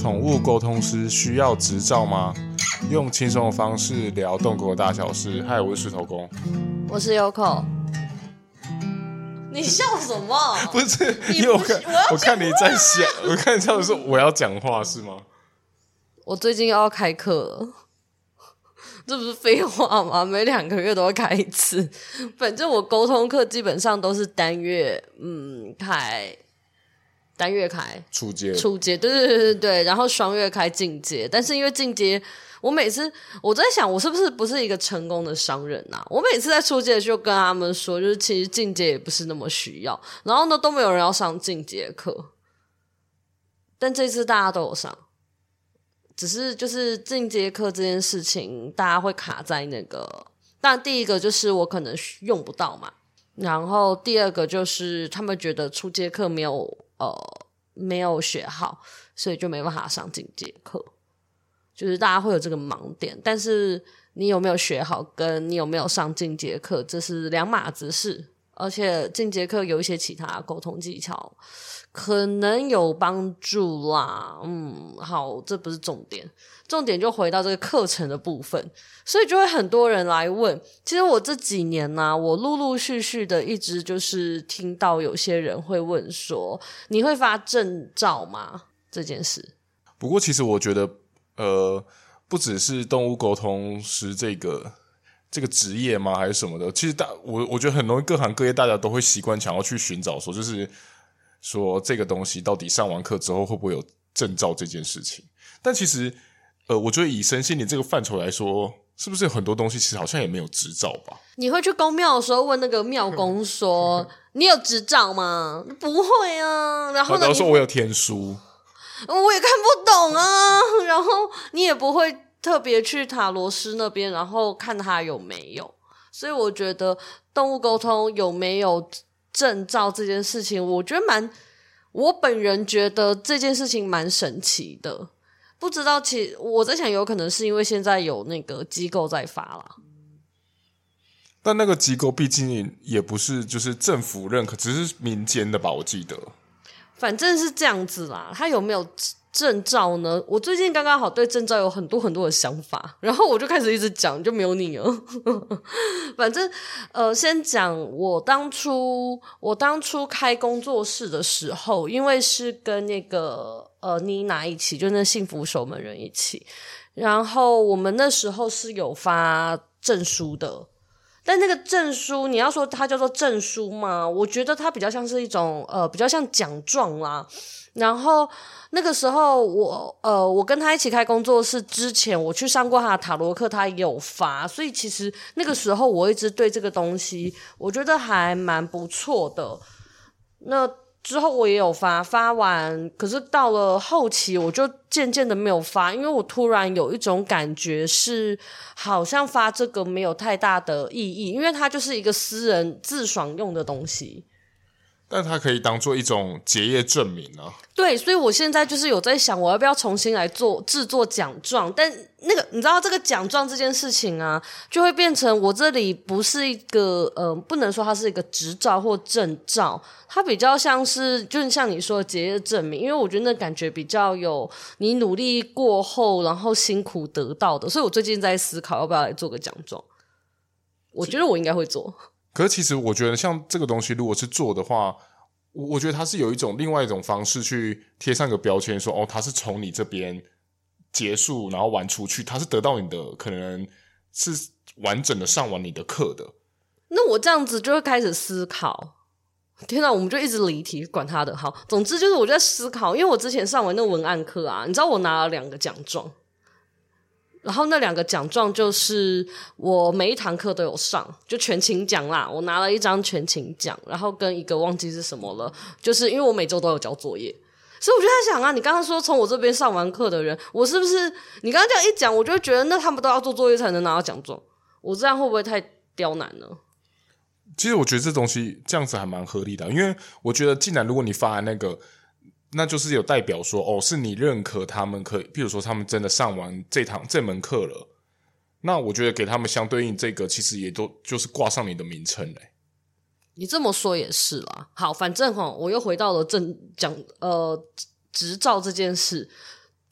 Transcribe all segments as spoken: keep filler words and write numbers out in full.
宠物沟通师需要执照吗？用轻松的方式聊动狗的大小事。嗨，我是石头公， 我是 Yoko。你笑什么？ 不是，因为我看我看你在想，我看你这样说我要讲话是吗？ 我最近要开课了，这不是废话吗？每两个月都要开一次。反正我沟通课基本上都是单月，嗯，开。单月开初阶初阶对对对对对，然后双月开进阶。但是因为进阶，我每次我在想我是不是不是一个成功的商人啊，我每次在初阶就跟他们说，就是其实进阶也不是那么需要，然后呢都没有人要上进阶课，但这次大家都有上，只是就是进阶课这件事情大家会卡在那个，当然第一个就是我可能用不到嘛，然后第二个就是他们觉得初阶课没有呃，没有学好，所以就没办法上进阶课，就是大家会有这个盲点。但是你有没有学好，跟你有没有上进阶课，这是两码子事。而且进阶课有一些其他沟通技巧，可能有帮助啦。嗯，好，这不是重点，重点就回到这个课程的部分。所以就会很多人来问，其实我这几年呢、啊，我陆陆续续的一直就是听到有些人会问说，你会发证照吗？这件事。 不过其实我觉得，呃，不只是动物沟通师这个这个职业吗？还是什么的？其实大我我觉得很容易各行各业大家都会习惯想要去寻找说，就是说这个东西到底上完课之后会不会有证照这件事情。但其实，呃，我觉得以身心灵这个范畴来说，是不是有很多东西其实好像也没有执照吧？ 你会去公庙的时候问那个庙公说你有执照吗？不会啊。然后呢， 然后说我有天书， 我也看不懂啊。然后你也不会特别去塔罗师那边然后看他有没有。所以我觉得动物沟通有没有证照这件事情，我觉得蛮我本人觉得这件事情蛮神奇的。不知道，其我在想有可能是因为现在有那个机构在发啦， 但那个机构毕竟也不是就是政府认可，只是民间的吧，我记得。 反正是这样子啦。他有没有证照呢？我最近刚刚好对证照有很多很多的想法，然后我就开始一直讲，就没有你了。反正呃，先讲我当初我当初开工作室的时候，因为是跟那个呃妮娜一起，就那幸福守门人一起，然后我们那时候是有发证书的。但那个证书，你要说它叫做证书吗？我觉得它比较像是一种呃，比较像奖状啦。然后那个时候我呃，我跟他一起开工作室之前，我去上过他的塔罗课，他也有发，所以其实那个时候我一直对这个东西，我觉得还蛮不错的。那之后我也有发，发完，可是到了后期我就渐渐的没有发，因为我突然有一种感觉是好像发这个没有太大的意义，因为它就是一个私人自爽用的东西。 但它可以当做一种结业证明啊。 对，所以我现在就是有在想，我要不要重新来做制作奖状？但那个你知道，这个奖状这件事情啊，就会变成我这里不是一个呃，不能说它是一个执照或证照，它比较像是就是像你说的结业证明，因为我觉得那感觉比较有你努力过后，然后辛苦得到的。所以我最近在思考要不要来做个奖状。我觉得我应该会做。 可是其实我觉得像这个东西如果是做的话，我觉得它是有一种另外一种方式去贴上一个标签说，哦，它是从你这边结束然后玩出去，它是得到你的可能是完整的上完你的课的。 那我这样子就会开始思考，天哪，我们就一直离题，管他的。好，总之就是我就在思考，因为我之前上完那个文案课啊，你知道我拿了两个奖状，然后那两个奖状就是我每一堂课都有上，就全勤奖啦，我拿了一张全勤奖，然后跟一个忘记是什么了，就是因为我每周都有交作业。所以我就在想啊，你刚刚说从我这边上完课的人，我是不是你刚刚这样一讲，我就会觉得那他们都要做作业才能拿到奖状，我这样会不会太刁难呢？ 其实我觉得这东西这样子还蛮合理的，因为我觉得既然如果你发那个，那就是有代表说，哦，是你认可他们可以，比如说他们真的上完这堂这门课了，那我觉得给他们相对应这个，其实也都就是挂上你的名称嘞。 你这么说也是啦。好，反正齁，我又回到了正讲呃执照这件事。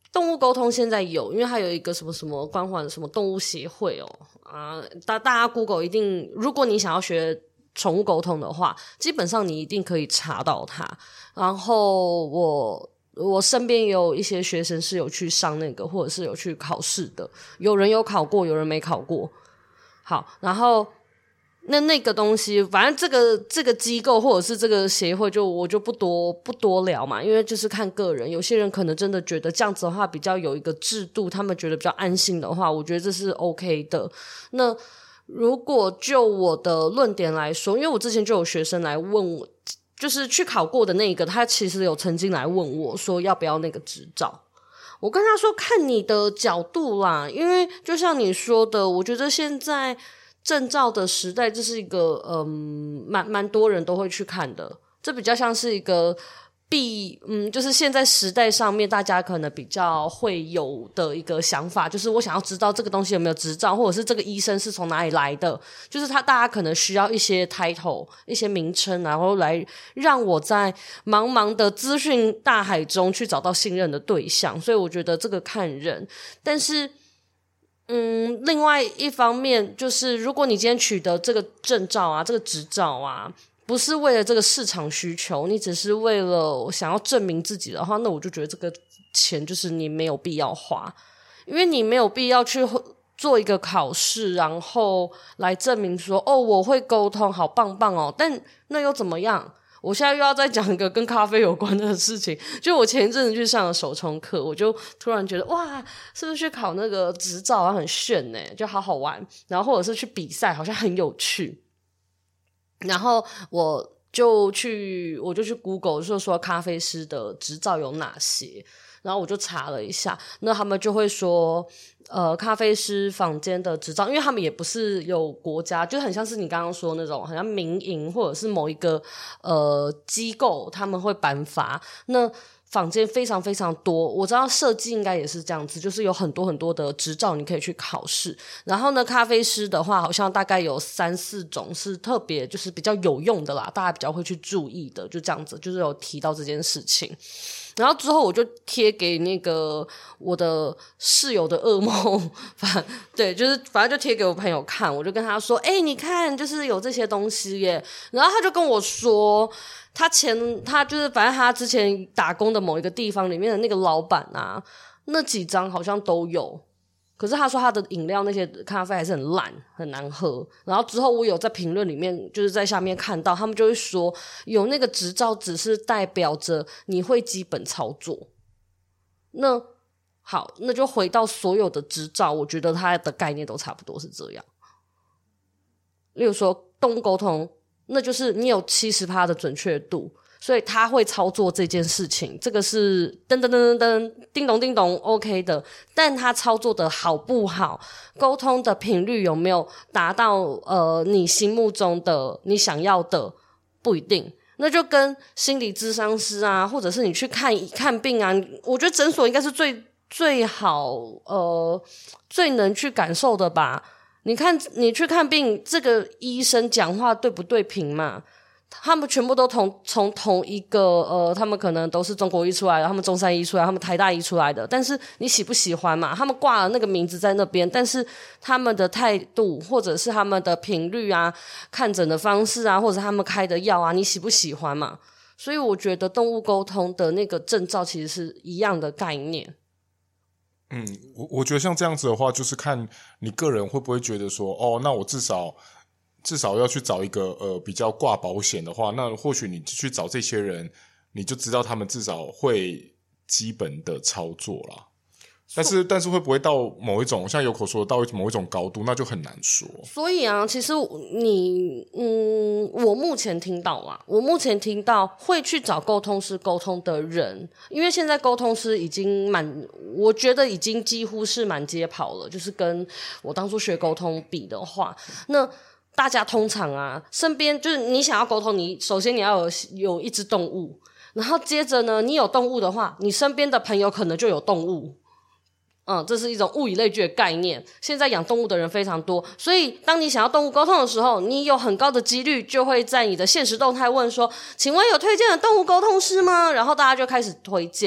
动物沟通现在有，因为它有一个什么什么关怀的什么动物协会哦啊，大大家 Google 一定，如果你想要学宠物沟通的话，基本上你一定可以查到它。然后我我身边也有一些学生是有去上那个，或者是有去考试的，有人有考过，有人没考过。好，然后那那个东西，反正这个这个机构或者是这个协会就，就我就不多不多聊嘛，因为就是看个人。有些人可能真的觉得这样子的话比较有一个制度，他们觉得比较安心的话，我觉得这是 OK 的。那如果就我的论点来说，因为我之前就有学生来问我，就是去考过的那个，他其实有曾经来问我说要不要那个执照。我跟他说看你的角度啦，因为就像你说的，我觉得现在证照的时代，这是一个嗯，蛮蛮多人都会去看的。这比较像是一个必嗯，就是现在时代上面大家可能比较会有的一个想法，就是我想要知道这个东西有没有执照，或者是这个医生是从哪里来的，就是他大家可能需要一些 title 一些名称，然后来让我在茫茫的资讯大海中去找到信任的对象。所以我觉得这个看人，但是嗯，另外一方面就是如果你今天取得这个证照啊，这个执照啊，不是为了这个市场需求，你只是为了想要证明自己的话，那我就觉得这个钱就是你没有必要花，因为你没有必要去做一个考试，然后来证明说哦我会沟通，好棒棒哦，但那又怎么样？我现在又要再讲一个跟咖啡有关的事情，就我前一阵子去上了手冲课，我就突然觉得哇，是不是去考那个执照啊很炫耶，就好好玩，然后或者是去比赛好像很有趣。然后我就去我就去 Google 就说咖啡师的执照有哪些，然后我就查了一下，那他们就会说呃，咖啡师坊间的执照，因为他们也不是有国家，就很像是你刚刚说那种好像民营或者是某一个呃机构他们会颁发，那坊间非常非常多，我知道设计应该也是这样子，就是有很多很多的执照你可以去考试。然后呢，咖啡师的话好像大概有三四种是特别就是比较有用的啦，大家比较会去注意的，就这样子，就是有提到这件事情。然后之后我就贴给那个我的室友的噩梦，反对，就是反正就贴给我朋友看，我就跟他说，哎、欸，你看，就是有这些东西耶。然后他就跟我说，他前他就是反正他之前打工的某一个地方里面的那个老板啊，那几张好像都有。可是他说他的饮料那些咖啡还是很烂很难喝，然后之后我有在评论里面就是在下面看到他们就会说有那个执照只是代表着你会基本操作。那好，那就回到所有的执照，我觉得它的概念都差不多是这样。例如说动物沟通，那就是你有 百分之七十 的准确度，所以他会操作这件事情，这个是噔噔噔噔噔叮咚叮咚 OK 的，但他操作的好不好，沟通的频率有没有达到呃你心目中的你想要的，不一定。那就跟心理咨商师啊，或者是你去看看病啊，我觉得诊所应该是最最好呃最能去感受的吧。你看你去看病，这个医生讲话对不对频嘛？他们全部都同从同一个呃，他们可能都是中国医出来的，他们中山医出来的，他们台大医出来的，但是你喜不喜欢嘛？他们挂了那个名字在那边，但是他们的态度或者是他们的频率啊，看诊的方式啊，或者他们开的药啊，你喜不喜欢嘛？所以我觉得动物沟通的那个证照其实是一样的概念。 嗯，我我觉得像这样子的话，就是看你个人会不会觉得说，哦，那我至少至少要去找一个呃比较挂保险的话，那或许你去找这些人，你就知道他们至少会基本的操作啦。但是但是会不会到某一种像有口说到某一种高度，那就很难说。 所以啊，其实你嗯，我目前听到啊，我目前听到会去找沟通师沟通的人，因为现在沟通师已经蛮，我觉得已经几乎是满街跑了，就是跟我当初学沟通比的话，那大家通常啊，身边就是你想要沟通，你首先你要有有一只动物，然后接着呢，你有动物的话，你身边的朋友可能就有动物。嗯，这是一种物以类聚的概念。现在养动物的人非常多，所以当你想要动物沟通的时候，你有很高的几率就会在你的限时动态问说：“请问有推荐的动物沟通师吗？”然后大家就开始推荐。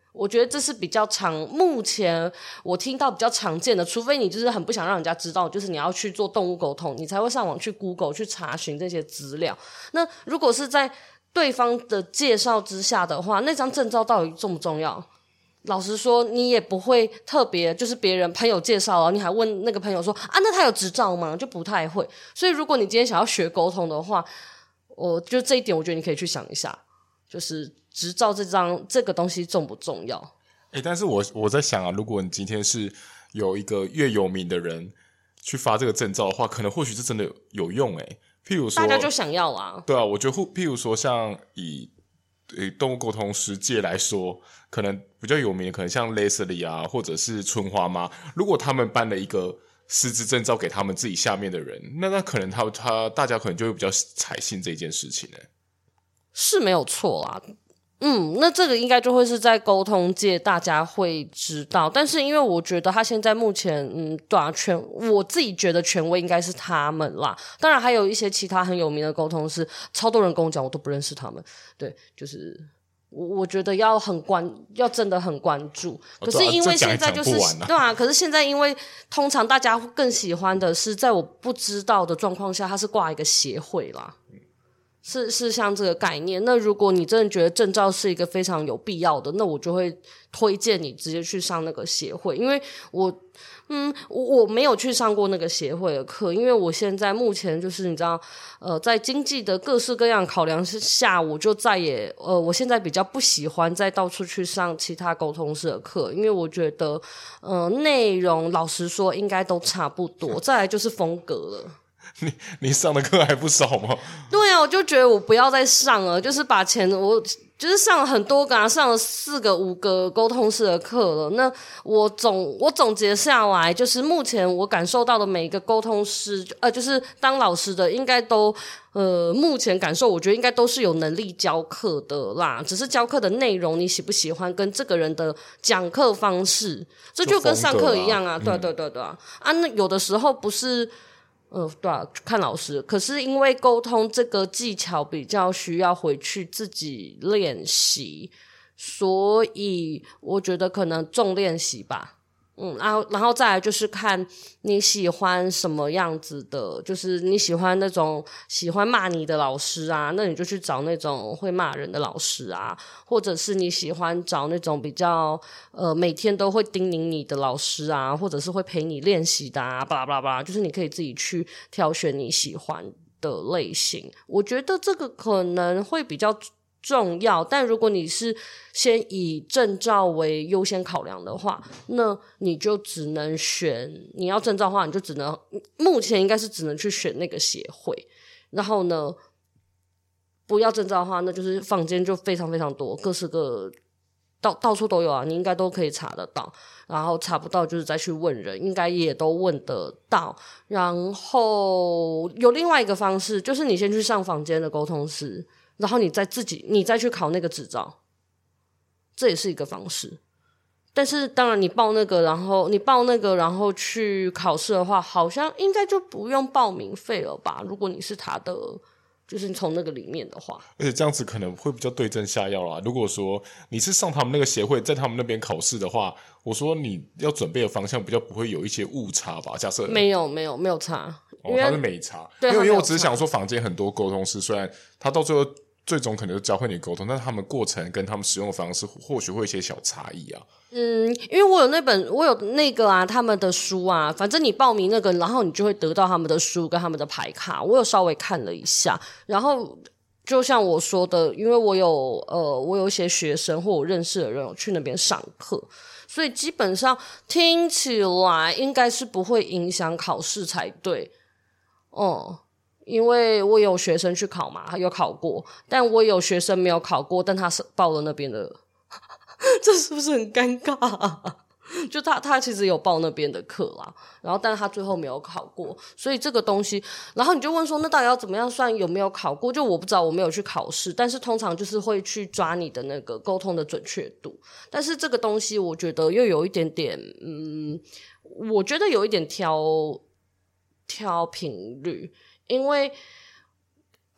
我觉得这是比较常，目前我听到比较常见的，除非你就是很不想让人家知道，就是你要去做动物沟通，你才会上网去 Google 去查询这些资料。那如果是在对方的介绍之下的话，那张证照到底重不重要？老实说，你也不会特别，就是别人朋友介绍了，你还问那个朋友说啊，那他有执照吗？就不太会。所以如果你今天想要学沟通的话，我就这一点，我觉得你可以去想一下，就是执照这张这个东西重不重要？ 欸，但是我我在想啊，如果你今天是有一个越有名的人去发这个证照的话，可能或许是真的有用欸。譬如说， 大家就想要啦。 对啊，我觉得譬如说，像以以动物沟通师界来说，可能比较有名的，可能像 Leslie 啊，或者是春花妈，如果他们颁了一个师资证照给他们自己下面的人，那那可能他他大家可能就会比较采信这件事情欸。 是没有错啦。嗯，那这个应该就会是在沟通界大家会知道，但是因为我觉得他现在目前嗯，对啊，权我自己觉得权威应该是他们啦，当然还有一些其他很有名的沟通师，超多人跟我讲我都不认识他们，对，就是我我觉得要很关要真的很关注，可是因为现在就是、 哦对啊讲讲对啊，可是现在因为通常大家更喜欢的是在我不知道的状况下他是挂一个协会啦，是是像这个概念。那如果你真的觉得证照是一个非常有必要的，那我就会推荐你直接去上那个协会，因为我嗯我我没有去上过那个协会的课，因为我现在目前就是你知道呃在经济的各式各样考量下，我就再也呃我现在比较不喜欢再到处去上其他沟通师的课，因为我觉得呃内容老实说应该都差不多，再来就是风格了。 你你上的课还不少吗？ 对啊，我就觉得我不要再上了，就是把钱我就是上了很多个啊，上了四个五个沟通师的课了。那我总我总结下来，就是目前我感受到的每一个沟通师，呃，就是当老师的，应该都呃，目前感受我觉得应该都是有能力教课的啦。只是教课的内容你喜不喜欢，跟这个人的讲课方式，这就跟上课一样啊。对对对对啊，啊，那有的时候不是。呃，对啊，看老师。可是因为沟通这个技巧比较需要回去自己练习，所以我觉得可能重练习吧。嗯，然后然后再来就是看你喜欢什么样子的，就是你喜欢那种喜欢骂你的老师啊，那你就去找那种会骂人的老师啊，或者是你喜欢找那种比较呃每天都会叮咛你的老师啊，或者是会陪你练习的啊，巴拉巴拉巴拉，就是你可以自己去挑选你喜欢的类型。我觉得这个可能会比较重要，但如果你是先以证照为优先考量的话，那你就只能选，你要证照的话你就只能目前应该是只能去选那个协会，然后呢不要证照的话，那就是坊间就非常非常多，各式各到到处都有啊，你应该都可以查得到，然后查不到就是再去问人，应该也都问得到。然后有另外一个方式，就是你先去上坊间的沟通师，然后你再自己你再去考那个执照，这也是一个方式。但是当然你报那个然后你报那个然后去考试的话，好像应该就不用报名费了吧，如果你是他的就是从那个里面的话。 而且这样子可能会比较对症下药啦。如果说你是上他们那个协会，在他们那边考试的话，我说你要准备的方向比较不会有一些误差吧。假设没有没有没有差， 哦，他是没差。 对， 因为因为我只是想说坊间很多沟通师，虽然他到最后最终可能就教会你沟通，但是他们过程跟他们使用的方式或许会有一些小差异啊。 嗯，因为我有那本我有那个啊他们的书啊，反正你报名那个然后你就会得到他们的书跟他们的牌卡，我有稍微看了一下。然后就像我说的，因为我有呃我有一些学生或我认识的人有去那边上课，所以基本上听起来应该是不会影响考试才对。哦、嗯，因为我有学生去考嘛，他有考过，但我有学生没有考过，但他是报了那边的这是不是很尴尬啊？就他他其实有报那边的课啦，然后但是他最后没有考过，所以这个东西，然后你就问说那到底要怎么样算有没有考过？就我不知道，我没有去考试，但是通常就是会去抓你的那个沟通的准确度。但是这个东西我觉得又有一点点，嗯，我觉得有一点挑挑频率，因为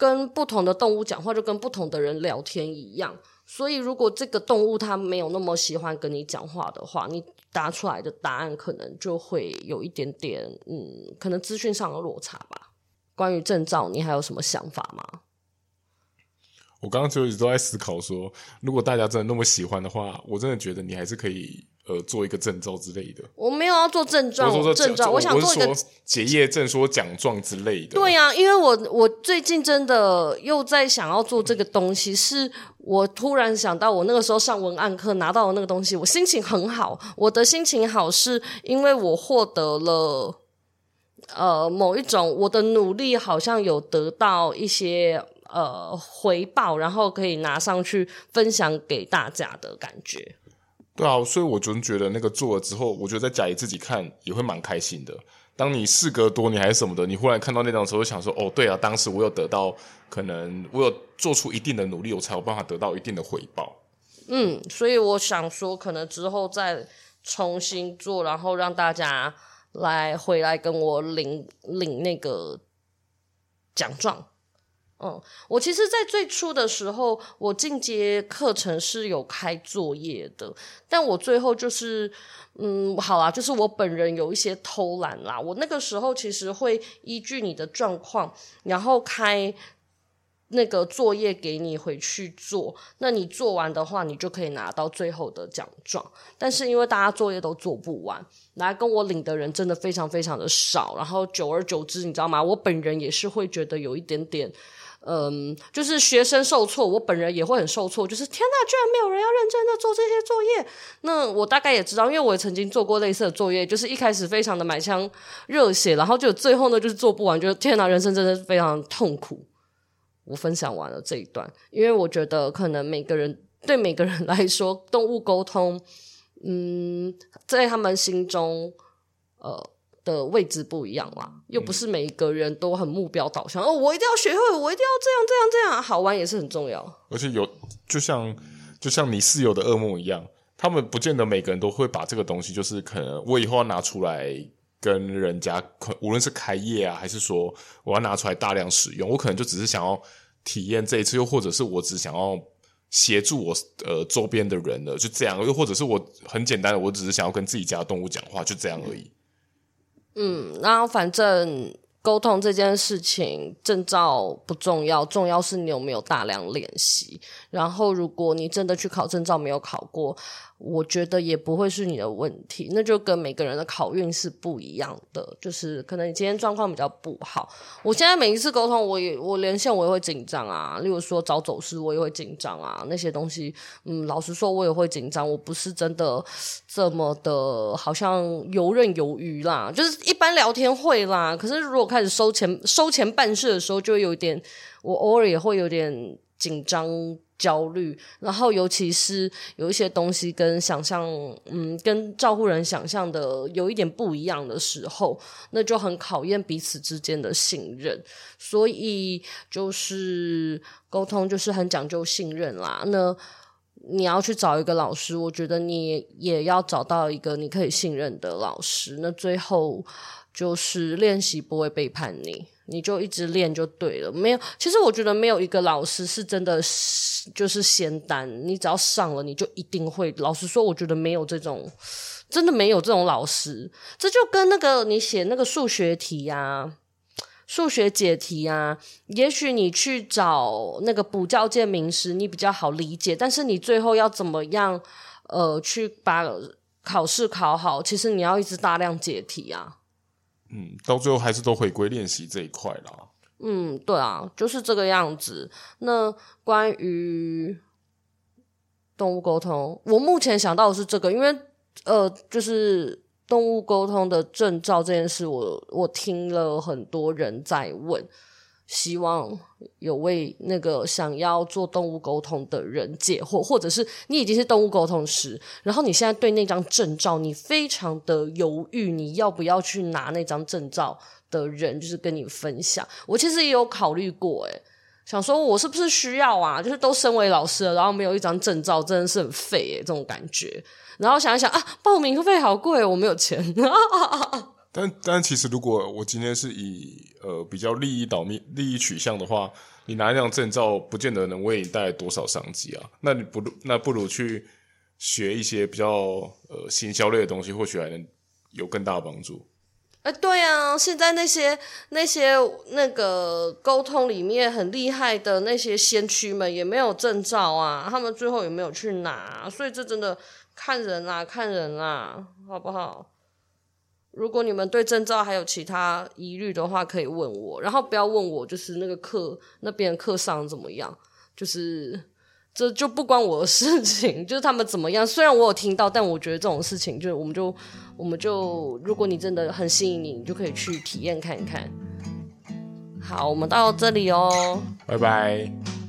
跟不同的动物讲话就跟不同的人聊天一样，所以如果这个动物它没有那么喜欢跟你讲话的话，你答出来的答案可能就会有一点点嗯，可能资讯上的落差吧。关于证照你还有什么想法吗？ 我刚刚就一直都在思考说，如果大家真的那么喜欢的话，我真的觉得你还是可以呃做一个证照之类的。 我没有要做证照， 我说证照，我想做一个结业证书奖状之类的。 对啊，因为我我最近真的又在想要做这个东西，是我突然想到，我那个时候上文案课拿到的那个东西，我心情很好。我的心情好是因为我获得了呃某一种我的努力好像有得到一些呃回报，然后可以拿上去分享给大家的感觉。 对啊，所以我就觉得那个做了之后，我觉得在家里自己看也会蛮开心的。当你事隔多年还是什么的，你忽然看到那张的时候，想说哦，对啊，当时我有得到，可能我有做出一定的努力，我才有办法得到一定的回报。 嗯，所以我想说，可能之后再重新做，然后让大家来回来跟我领领那个奖状。嗯，我其实在最初的时候，我进阶课程是有开作业的，但我最后就是嗯，好啦，就是我本人有一些偷懒啦，我那个时候其实会依据你的状况，然后开那个作业给你回去做，那你做完的话，你就可以拿到最后的奖状。但是因为大家作业都做不完，来跟我领的人真的非常非常的少，然后久而久之，你知道吗？我本人也是会觉得有一点点嗯，就是学生受挫，我本人也会很受挫，就是天哪，居然没有人要认真的做这些作业。那我大概也知道，因为我也曾经做过类似的作业，就是一开始非常的满腔热血，然后就最后呢就是做不完，就天哪，人生真的非常痛苦。我分享完了这一段，因为我觉得可能每个人对每个人来说，动物沟通嗯，在他们心中呃的位置不一样啦，又不是每一个人都很目标导向、嗯、哦，我一定要学会，我一定要这样这样这样，好玩也是很重要。 而且有就像就像你室友的噩梦一样，他们不见得每个人都会把这个东西，就是可能我以后要拿出来跟人家，无论是开业啊，还是说我要拿出来大量使用，我可能就只是想要体验这一次，又或者是我只想要协助我呃周边的人了，就这样，又或者是我很简单的，我只是想要跟自己家的动物讲话，就这样而已。 嗯，然后反正沟通这件事情，证照不重要，重要是你有没有大量练习。然后如果你真的去考证照没有考过，我觉得也不会是你的问题，那就跟每个人的考运是不一样的，就是可能你今天状况比较不好。我现在每一次沟通，我也我连线我也会紧张啊，例如说找走失我也会紧张啊，那些东西嗯，老实说我也会紧张，我不是真的这么的好像游刃有余啦，就是一般聊天会啦，可是如果开始收钱收钱办事的时候，就会有点，我偶尔也会有点紧张焦虑，然后尤其是有一些东西跟想象嗯，跟照顾人想象的有一点不一样的时候，那就很考验彼此之间的信任，所以就是沟通就是很讲究信任啦。那你要去找一个老师，我觉得你也要找到一个你可以信任的老师，那最后就是练习不会背叛你，你就一直练就对了。没有，其实我觉得没有一个老师是真的就是仙丹，你只要上了你就一定会。老实说我觉得没有这种，真的没有这种老师。这就跟那个你写那个数学题啊，数学解题啊，也许你去找那个补教界名师你比较好理解，但是你最后要怎么样呃去把考试考好，其实你要一直大量解题啊。 嗯，到最后还是都回归练习这一块啦。 嗯，对啊，就是这个样子。那关于动物沟通，我目前想到的是这个，因为呃，就是动物沟通的证照这件事，我我听了很多人在问，希望有为那个想要做动物沟通的人解惑，或者是你已经是动物沟通师，然后你现在对那张证照你非常的犹豫，你要不要去拿那张证照的人，就是跟你分享。我其实也有考虑过诶，想说我是不是需要啊，就是都身为老师了，然后没有一张证照真的是很废诶，这种感觉。然后想一想啊，报名费好贵，我没有钱但但其实如果我今天是以呃比较利益导利益取向的话，你拿一张证照不见得能为你带来多少商机啊。那你不那不如去学一些比较呃行销类的东西，或许还能有更大的帮助。 哎，对啊，现在那些那些那个沟通里面很厉害的那些先驱们也没有证照啊，他们最后也没有去拿，所以这真的看人啦，看人啦，好不好？如果你们对证照还有其他疑虑的话，可以问我，然后不要问我就是那个课那边课上怎么样，就是这就不关我的事情，就是他们怎么样。虽然我有听到，但我觉得这种事情就我们就我们就，如果你真的很吸引你，你就可以去体验看看。好，我们到这里哦， 拜拜。